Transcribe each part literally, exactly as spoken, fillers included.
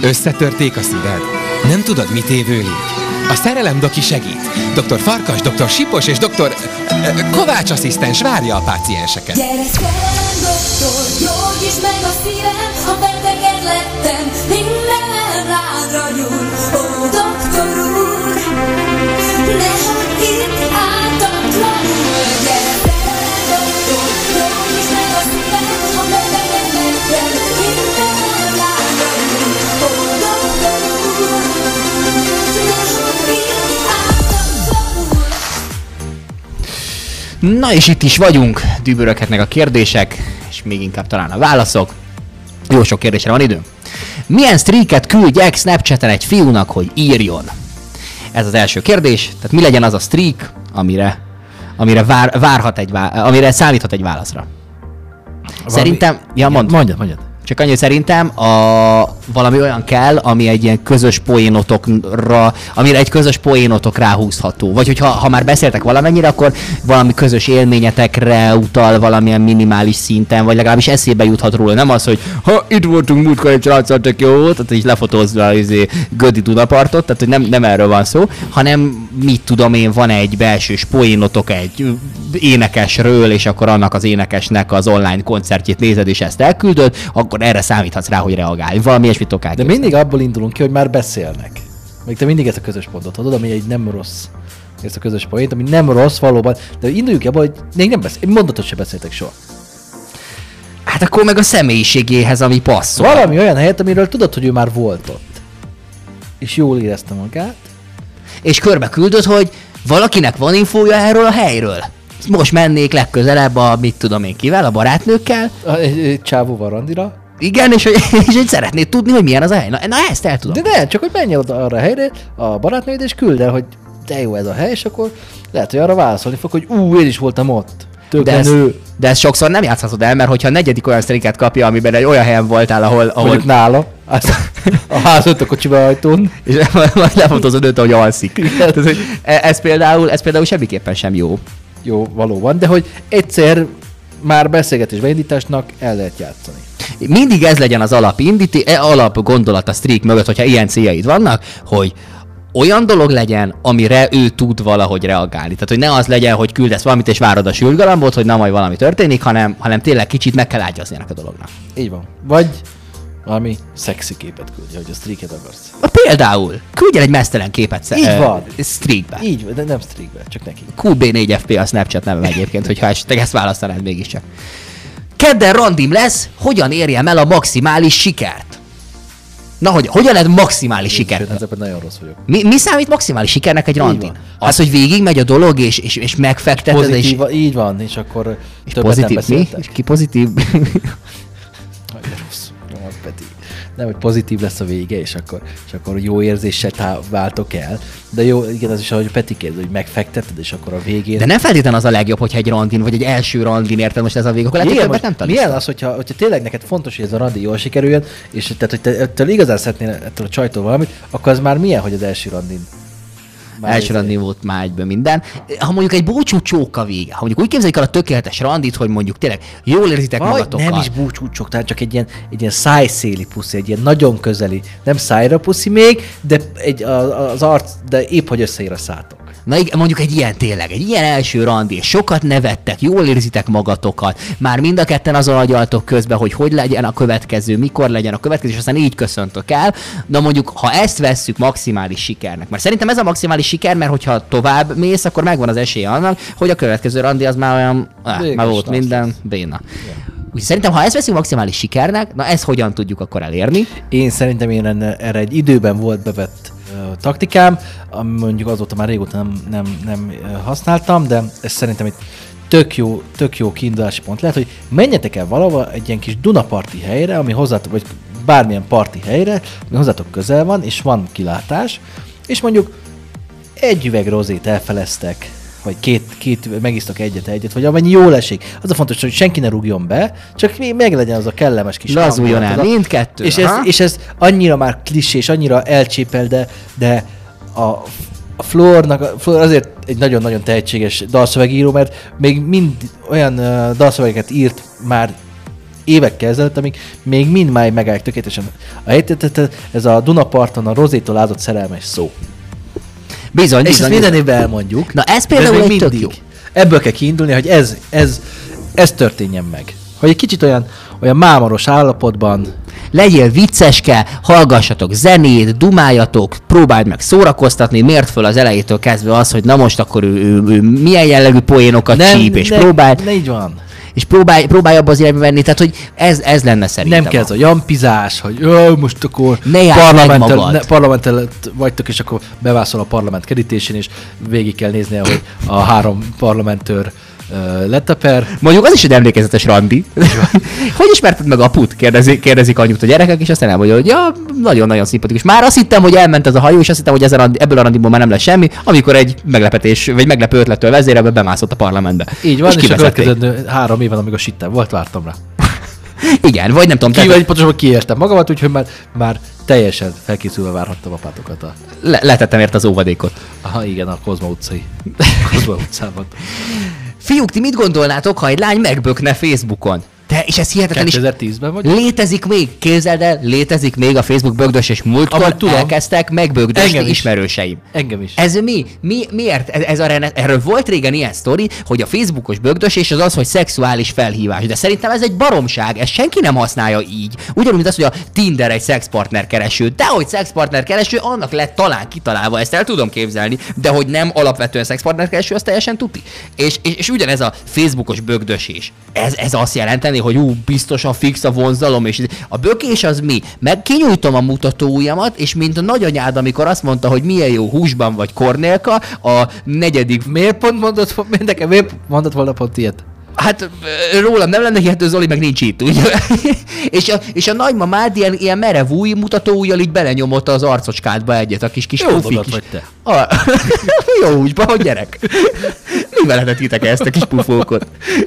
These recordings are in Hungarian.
Összetörték a szíved? Nem tudod, mit évő légy? A szerelem doki segít. doktor Farkas, doktor Sipos és doktor Kovács asszisztens várja a pácienseket. Gyere, szerelem doktor, gyógyítsd meg a szívem, ha betegen lettem, minden rádra nyúl. Ó, doktor úr, ne hagyd itt ártatlanul. Gyere, szerelem doktor, gyógyítsd meg a szívem, ha betegen lettem, minden rádra nyúl. Ó, doktor úr, ne hagyd itt ártatlanul. Na és itt is vagyunk, düböröghetnek a kérdések, és még inkább talán a válaszok. Jó sok kérdésre van időm. Milyen streaket küldjek Snapchaten egy fiúnak, hogy írjon? Ez az első kérdés. Tehát mi legyen az a streak, amire, amire, vár, várhat egy vá, amire számíthat egy válaszra? Valami... Szerintem... Ja, mondd. Mondjad, mondjad. Csak annyi, szerintem a, valami olyan kell, ami egy ilyen közös poénotokra, amire egy közös poénotok ráhúzható. Vagy hogyha ha már beszéltek valamennyire, akkor valami közös élményetekre utal valamilyen minimális szinten, vagy legalábbis eszébe juthat róla. Nem az, hogy ha itt voltunk múltkor egy sráccal, tök jó volt, tehát így lefotózva az Gödi Dunapartot, tehát hogy nem, nem erről van szó, hanem mit tudom én, van egy belsős poénotok egy énekesről, és akkor annak az énekesnek az online koncertjét nézed, és ezt elküldöd, akkor erre számíthatsz rá, hogy reagálj. Valami ilyesmit tudok elképzelni. De mindig abból indulunk ki, hogy már beszélnek. Még te mindig ezt a közös pontot adod, ami egy nem rossz. Ezt a közös point, ami nem rossz valóban. De induljunk ki abból, hogy még nem beszél. Egy mondatot se beszéltek soha. Hát akkor meg a személyiségéhez, ami passzol. Valami olyan helyet, amiről tudod, hogy ő már volt ott. És jól érezte magát. És körbe küldöd, hogy valakinek van infója erről a helyről. Most mennék legközelebb a, mit tudom én kivel, a barátnőkkel. A, egy, egy csávóval randira. Igen, és, és hogy szeretnéd tudni, hogy milyen az a hely. Na, na ezt el tudom. De ne, csak hogy menj oda arra a helyre, a barátnőid, és küld el, hogy de jó ez a hely, és akkor lehet, hogy arra válaszolni fog, hogy ú, én is voltam ott. De ezt, de ezt sokszor nem játszhatod el, mert hogyha a negyedik olyan streaket kapja, amiben egy olyan helyen voltál, ahol... ahol... Mondjuk nála, a ház ott a kocsiba ajtón. És majd lefotózod őt, ahogy alszik. Tehát, hogy ez, például, ez például semmiképpen sem jó. Jó, valóban, de hogy egyszer már beszélgetésbe indításnak el lehet játszani. Mindig ez legyen az alap, indíti, alap gondolat a streak mögött, hogyha ilyen céljaid vannak, hogy olyan dolog legyen, amire ő tud valahogy reagálni. Tehát, hogy ne az legyen, hogy küldesz valamit és várod a sülgalambot, hogy na majd valami történik, hanem, hanem tényleg kicsit meg kell ágyazni ennek a dolognak. Így van. Vagy valami szexi képet küldje, hogy a streaket akarsz. A például, küldj el egy mesztelen képet Így van. streakbe. Így van, de nem streakbe, csak neki. Q B négy F P a Snapchat nevem egyébként, hogyha esetleg ezt választanád mégiscsak. Kedden randim lesz, hogyan érjem el a maximális sikert? Na, hogy, hogyan lehet maximális Én sikert? Ezzel nagyon rossz vagyok. Mi, mi számít maximális sikernek egy randin? Az, az, hogy végig megy a dolog, és, és, és megfekteted, pozitív, és... így van, és akkor és többet pozitív, nem mi? beszéltek. És ki pozitív? Nagyon rossz. Nem, Peti. Nem, hogy pozitív lesz a vége, és akkor, és akkor jó érzéssel tá- váltok el. De jó, igen, az is, ahogy Peti kérdez, hogy megfekteted, és akkor a végén... De nem feltétlenül az a legjobb, hogyha egy randin, vagy egy első randin, érted most ez a vég, akkor lehet, hogy többet nem tanulsz. Milyen az, hogyha, hogyha tényleg neked fontos, hogy ez a randi jól sikerüljön, és tehát, hogy te ettől igazán szeretnél ettől a csajtól valamit, akkor az már milyen, hogy az első randin? Már Első randi volt már egyben minden. Ha mondjuk egy búcsú csóka vége, ha mondjuk úgy képzeljük el a tökéletes randit, hogy mondjuk tényleg jól érzitek Vagy magatokkal. nem is búcsúcsok, tehát csak egy ilyen, egy ilyen szájszéli puszi, egy ilyen nagyon közeli, nem szájra puszi még, de egy, a, az arc, de épp hogy összeér a szátok. Na igen, mondjuk egy ilyen tényleg, egy ilyen első randi, és sokat nevettek, jól érzitek magatokat, már mind a ketten azon agyaltok közben, hogy hogy legyen a következő, mikor legyen a következő, és aztán így köszöntök el. Na mondjuk, ha ezt vesszük maximális sikernek, mert szerintem ez a maximális siker, mert hogyha tovább mész, akkor megvan az esélye annak, hogy a következő randi az már olyan, ah, már volt minden, béna. Úgyhogy szerintem, ha ezt veszünk maximális sikernek, na ezt hogyan tudjuk akkor elérni? Én szerintem én enne, erre egy időben volt bevett uh, taktikám, ami mondjuk azóta már régóta nem, nem, nem uh, használtam, de ez szerintem egy tök jó, tök jó kiindulási pont lehet, hogy menjetek el valahova egy ilyen kis Dunaparti helyre, ami hozzátok, vagy bármilyen parti helyre, ami hozzátok közel van, és van kilátás, és mondjuk egy üveg rozét elfeleztek, vagy két, két megisztok egyet-egyet, vagy amennyi jól esik. Az a fontos, hogy senki ne rúgjon be, csak meg legyen az a kellemes kis lazuljon el mindkettő. És ez, és ez annyira már klisé, és annyira elcsépel, de, de a, a Flornak, a Flor azért egy nagyon-nagyon tehetséges dalszövegíró, mert még mind olyan uh, dalszövegeket írt már évekkel ezelőtt, amik még mindmáig megállják tökéletesen. Ez a Dunaparton a Rozétól áldott szerelmes szó. Bizony, És bizony. ezt minden évben elmondjuk. Na ez de például még egy tök mindig. jó. Ebből kell kiindulni, hogy ez, ez, ez történjen meg. Hogy egy kicsit olyan, olyan mámoros állapotban. Legyél vicceske, hallgassatok zenét, dumáljatok, próbáld meg szórakoztatni, miért föl az elejétől kezdve az, hogy na most akkor ő, ő, ő milyen jellegű poénokat Nem, csíp, és ne, próbál, ne így van. és próbálj, próbálj abba az irányba venni, tehát hogy ez, ez lenne szerintem. Nem kell ez a jampizás, hogy ö, most akkor Ne járd meg magad. ne, parlament előtt vagytok, és akkor bevászol a parlament kerítésén, és végig kell nézni, hogy a három parlamentőr uh, leteper. Mondjuk az is egy emlékezetes randi. Hogy ismerted meg aput? Kérdezik, kérdezik anyut a gyerekek, és aztán elmondja, hogy ja, nagyon-nagyon szimpatikus. Már azt hittem, hogy elment ez a hajó, és azt hittem, hogy ezen a, ebből a randiból már nem lesz semmi, amikor egy meglepetés, vagy meglepő ötlettől vezérelve bemászott a parlamentbe. Így van, és, és a kivezették. következő három éven, amíg a sitten volt, vártam rá. Igen, vagy nem tudom. Ki, tehát- vagy pontosabban kiértem magamat, úgyhogy már, már teljesen felkészülve várhattam apátokat. A... Le- letettem érte az óvadékot. Aha, igen, a Kozma utcai. Kozma utcában. Fiúk, ti mit gondolnátok, ha egy lány megbökne Facebookon? De, és ez hihetetlen is. kétezer-tízben vagy? Létezik még, képzeld el, létezik még a Facebook bögdös, és múltkor Amúgy tudom. elkezdtek megbögdösni Engem is. ismerőseim. Engem is. Ez mi? mi? Miért? Ez, ez a rene... Erről volt régen ilyen sztori, hogy a Facebookos bögdös és az az, hogy szexuális felhívás. De szerintem ez egy baromság, ezt senki nem használja így. Ugyanúgy, mint az, hogy a Tinder egy szexpartner kereső. De hogy szexpartner kereső, annak lett talán kitalálva, ezt el tudom képzelni, de hogy nem alapvetően szexpartner kereső, az teljesen tuti. És, és, és ugyanez a Facebookos bögdösés. Ez, ez azt jelenteni, hogy ú, biztosan fix a vonzalom, és a bökés az mi? Meg kinyújtom a mutatóujjamat, és mint a nagyanyád, amikor azt mondta, hogy milyen jó húsban vagy Kornélka, a negyedik... Miért pont mondott, nekem miért mondott volna pont ilyet? Hát ö, rólam nem lenne hihető, Zoli meg nincs itt, ugye? és, a, és a nagymamád ilyen, ilyen merev új mutatóujjal így belenyomott az arcocskádba egyet, a kis kis Jó pufi gondolat kis... vagy te. A... Jó húsban, hogy gyerek. Mivel lehetett ezt a kis pufókot?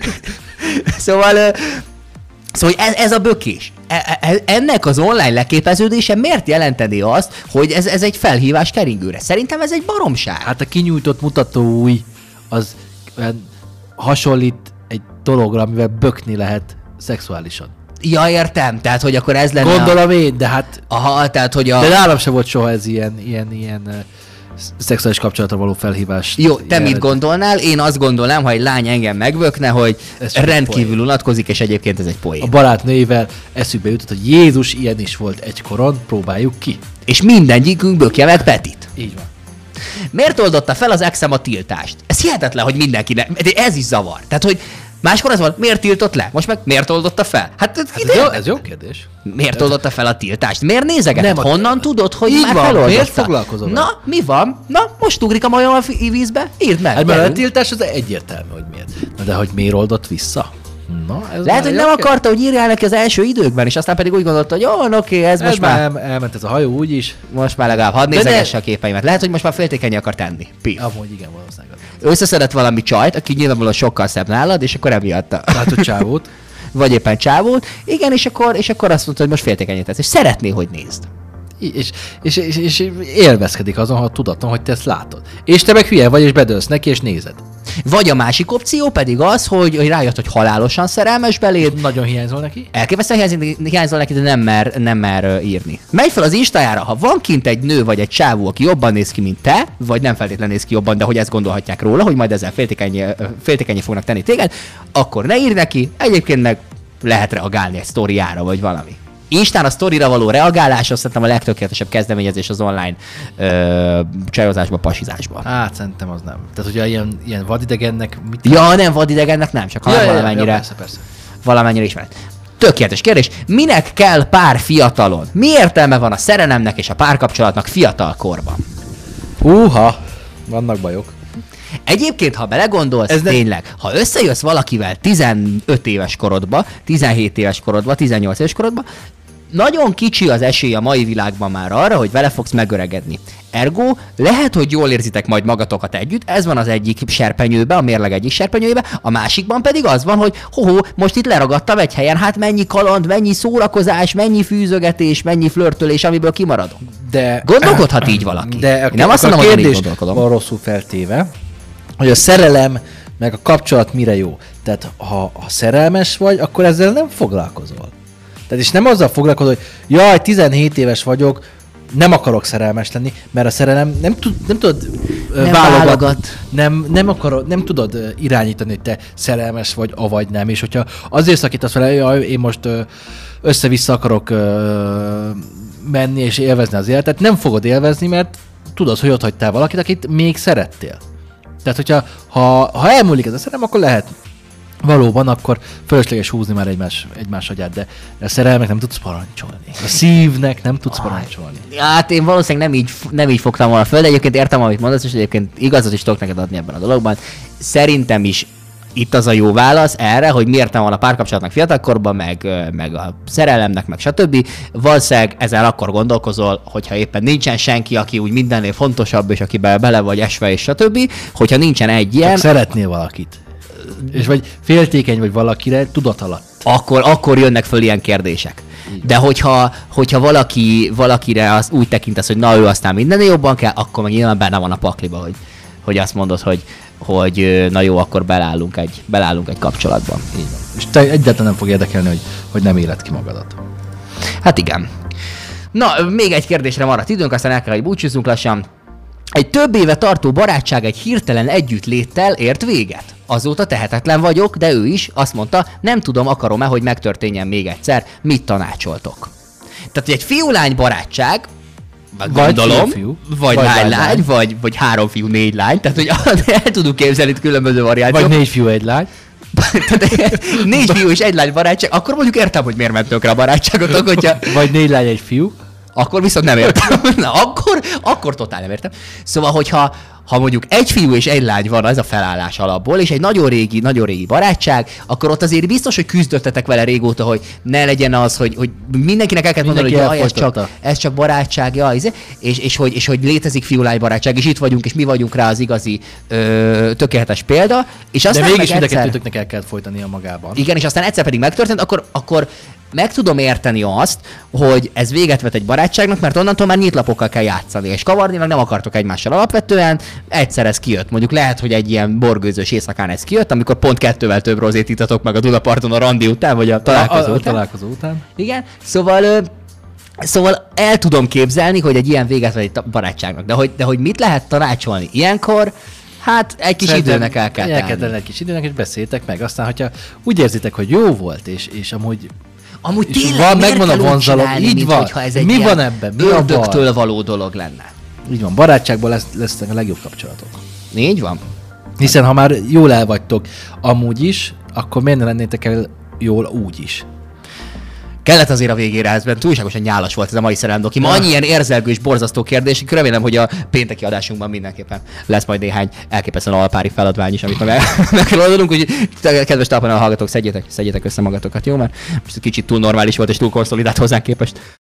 Szóval... ö, Szóval ez, ez a bökés. E- e- ennek az online leképeződése miért jelenteni azt, hogy ez, ez egy felhívás keringőre? Szerintem ez egy baromság. Hát a kinyújtott mutatóúj az olyan hasonlít egy dologra, amivel bökni lehet szexuálisan. Ja, értem. Tehát, hogy akkor ez lenne... Gondolom én, de hát... A... Aha, tehát, hogy a... De nálam se volt soha ez ilyen, ilyen, ilyen uh, szexuális kapcsolatra való felhívás. Jó, te mit gondolnál? Én azt gondolnám, ha egy lány engem megvökne, hogy Ez csak egy rendkívül poén. unatkozik, és egyébként ez egy A poén. barátnőivel eszükbe jutott, hogy Jézus ilyen is volt egykoron, próbáljuk ki. És mindegyikünk bökje meg Petit. Így van. Miért oldotta fel az exem a tiltást? Ez hihetetlen, hogy mindenki ne... de ez is zavar. Tehát, hogy máskor az volt, miért tiltott le? Most meg miért oldotta fel? Hát, Hát ez, jó, ez jó kérdés. miért oldotta fel a tiltást? Miért nézegetett? Nem a- Honnan tudod, hogy Így már van, feloldotta? miért foglalkozol vele? Na, mi van? Na, most ugrik a majom a fi- vízbe? Írd meg. Hát mert a gyerünk. tiltás az egyértelmű, hogy miért. Na de hogy miért oldott vissza? Na, ez Lehet, már hogy jó nem kérdés. akarta, hogy írjál neki az első időkben, és aztán pedig úgy gondolta, hogy jó, oké, ez, Ez most már, már elment ez a hajó úgyis. most már legalább hadd De nézegesse ne- a képeimet. Lehet, hogy most már féltékenyé akar tenni. Pi. Amúgy igen, valószínűleg. Összeszedett valami csajt, aki nyilvánvalóan sokkal szebb nálad, és akkor emiatt. Látod csávót? Vagy éppen csávót. Igen, és akkor, és akkor azt mondta, hogy most féltékenyé tesz. És szeretné, hogy nézd. És, és, és, és élvezkedik azon, ha tudatom, hogy te ezt látod. És te meg hülye vagy, és bedőlsz neki, és nézed. Vagy a másik opció pedig az, hogy, hogy rájött, hogy halálosan szerelmes beléd, Nagyon hiányzol neki. elképesztően hiányzik- hiányzol neki, de nem mer, nem mer ö, írni. Megy fel az Instájára, ha van kint egy nő vagy egy csávó, aki jobban néz ki, mint te, vagy nem feltétlenül néz ki jobban, de hogy ezt gondolhatják róla, hogy majd ezzel féltékenyé, ö, féltékenyé fognak tenni téged, akkor ne írj neki, egyébként meg lehet reagálni egy sztoriára, vagy valami. Instán a sztorira való reagálás, azt szerintem a legtökéletesebb kezdeményezés az online ö, csajozásba, pasizásba. Hát szerintem az nem. Tehát, hogyha ilyen, ilyen vadidegennek mit... Ja, nem vadidegennek, nem, csak ha ja, ja, ja, valamennyire, ja, persze, persze. valamennyire ismert. Tökéletes kérdés. Minek kell pár fiatalon? Mi értelme van a szerelemnek és a párkapcsolatnak fiatal korban? Húha, vannak bajok. Egyébként, ha belegondolsz, Ez Ez ne- tényleg, ha összejössz valakivel tizenöt éves korodba, tizenhét éves korodba, tizennyolc éves korodba, nagyon kicsi az esély a mai világban már arra, hogy vele fogsz megöregedni. Ergo, lehet, hogy jól érzitek majd magatokat együtt, ez van az egyik serpenyőbe, a mérleg egyik serpenyőbe, a másikban pedig az van, hogy hoho, most itt leragadtam egy helyen, hát mennyi kaland, mennyi szórakozás, mennyi fűzögetés, mennyi flörtölés, amiből kimaradok. De... Gondolkodhat így valaki. De Én nem azt mondom, a hogy én így kérdés gondolkodom. van rosszul feltéve, hogy a szerelem meg a kapcsolat mire jó. Tehát ha, ha szerelmes vagy, akkor ezzel nem foglalkozol. Tehát és nem azzal foglalkozol, hogy jaj, tizenhét éves vagyok, nem akarok szerelmes lenni, mert a szerelem nem, tud, nem tudod Nem válogatni. válogat. Nem, nem, akarod, nem tudod ö, irányítani, hogy te szerelmes vagy, avagy nem. És hogyha azért szakítasz vele, jaj, én most ö, össze-vissza akarok ö, menni és élvezni az életet, nem fogod élvezni, mert tudod, hogy ott hagytál valakit, akit még szerettél. Tehát, hogyha ha, ha elmúlik ez a szerelem, akkor lehet valóban, akkor fölösleges húzni már egymás, egymás agyát, de a szerelmek nem tudsz parancsolni. A szívnek nem tudsz parancsolni. Hát én valószínűleg nem így, nem így fogtam volna föl, de egyébként értem, amit mondasz, és egyébként igazat is tudok neked adni ebben a dologban. Szerintem is itt az a jó válasz erre, hogy miért nem van a párkapcsolatnak fiatalkorban, meg, meg a szerelemnek, meg stb. Valószínűleg ezzel akkor gondolkozol, hogyha éppen nincsen senki, aki úgy mindennél fontosabb, és akiben bele vagy esve, és stb. Hogyha nincsen egy ilyen, Csak szeretnél valakit. És vagy féltékeny vagy valakire tudat alatt. akkor, akkor jönnek föl ilyen kérdések. De hogyha, hogyha valaki, valakire az úgy tekintesz, hogy na ő aztán mindennél jobban kell, akkor meg nyilván benne van a pakliba, hogy, hogy azt mondod, hogy, hogy na jó, akkor belállunk egy, belállunk egy kapcsolatban. Így van. És te egyáltalán nem fog érdekelni, hogy, hogy nem éled ki magadat. Hát igen. Na, még egy kérdésre maradt időnk, aztán el kell, hogy búcsúzzunk lassan. Egy több éve tartó barátság egy hirtelen együttléttel ért véget. Azóta tehetetlen vagyok, de ő is azt mondta, nem tudom, akarom-e, hogy megtörténjen még egyszer, mit tanácsoltok. Tehát, hogy egy fiú-lány barátság, Vagy gondolom, fiú-fiú, vagy vagy lány-lány, lány-lány. vagy, vagy három fiú, négy lány, tehát, hogy el tudunk képzelni itt különböző variációk. Vagy négy fiú, egy lány. Tehát négy fiú és egy lány barátság, akkor mondjuk értem, hogy miért ment tönkre a barátságotok, hogyha... Vagy négy lány, egy fiú. Akkor viszont nem értem. Na, akkor, akkor totál nem értem. Szóval, hogyha ha mondjuk egy fiú és egy lány van, ez a felállás alapból, és egy nagyon régi, nagyon régi barátság, akkor ott azért biztos, hogy küzdöttetek vele régóta, hogy ne legyen az, hogy, hogy mindenkinek el kell mondani, hogy Mindenki jaj, ez csak, elfolytatta. ez csak barátság, jaj, izé, és, és, hogy, és hogy létezik fiú-lány barátság, és itt vagyunk, és mi vagyunk rá az igazi ö, tökéletes példa. És De aztán mégis meg mind a egyszer- kettőtöknek el kellett folytania magában. igen, és aztán egyszer pedig megtörtént, akkor, akkor meg tudom érteni azt, hogy ez véget vet egy barátságnak, mert onnantól már nyitlapokkal kell játszani, és kavarni meg nem akartok egymással alapvetően, egyszer ez kijött. Mondjuk lehet, hogy egy ilyen borgőzős éjszakán ez kijött, amikor pont kettővel több rozét itatok meg a Dunaparton a randi után, vagy a találkozó a, a, a után. találkozó után. Igen, szóval... Ö, Szóval el tudom képzelni, hogy egy ilyen véget vet egy ta- barátságnak, de hogy, de hogy mit lehet tanácsolni ilyenkor, hát egy kis Szerintem időnek el kell El kell tenni. tenni egy kis időnek, és beszéltek meg. Aztán, hogyha úgy érzitek, hogy jó volt, és, és amúgy Amúgy És tényleg van- miért megvan a kell úgy vonzalom, csinálni, így mint van. hogyha ez egy Mi ilyen van ebben? Mi a baj? ördögtől való dolog lenne. így van, barátságban lesz, lesznek a legjobb kapcsolatok. Így van? Hiszen ha már jól el vagytok amúgy is, akkor miért ne lennétek el jól úgy is? Kellett azért a végére, ez túlságosan nyálas volt ez a mai szerelemdoki. Ma annyi ilyen érzelgős, borzasztó kérdés, remélem, hogy a pénteki adásunkban mindenképpen lesz majd néhány elképesztően alpári feladvány is, amit meg, meg kell oldalunk, úgyhogy te, kedves talpánál hallgatók, szedjétek, szedjétek össze magatokat, jó? Mert most kicsit túl normális volt és túl konszolidált hozzánk képest.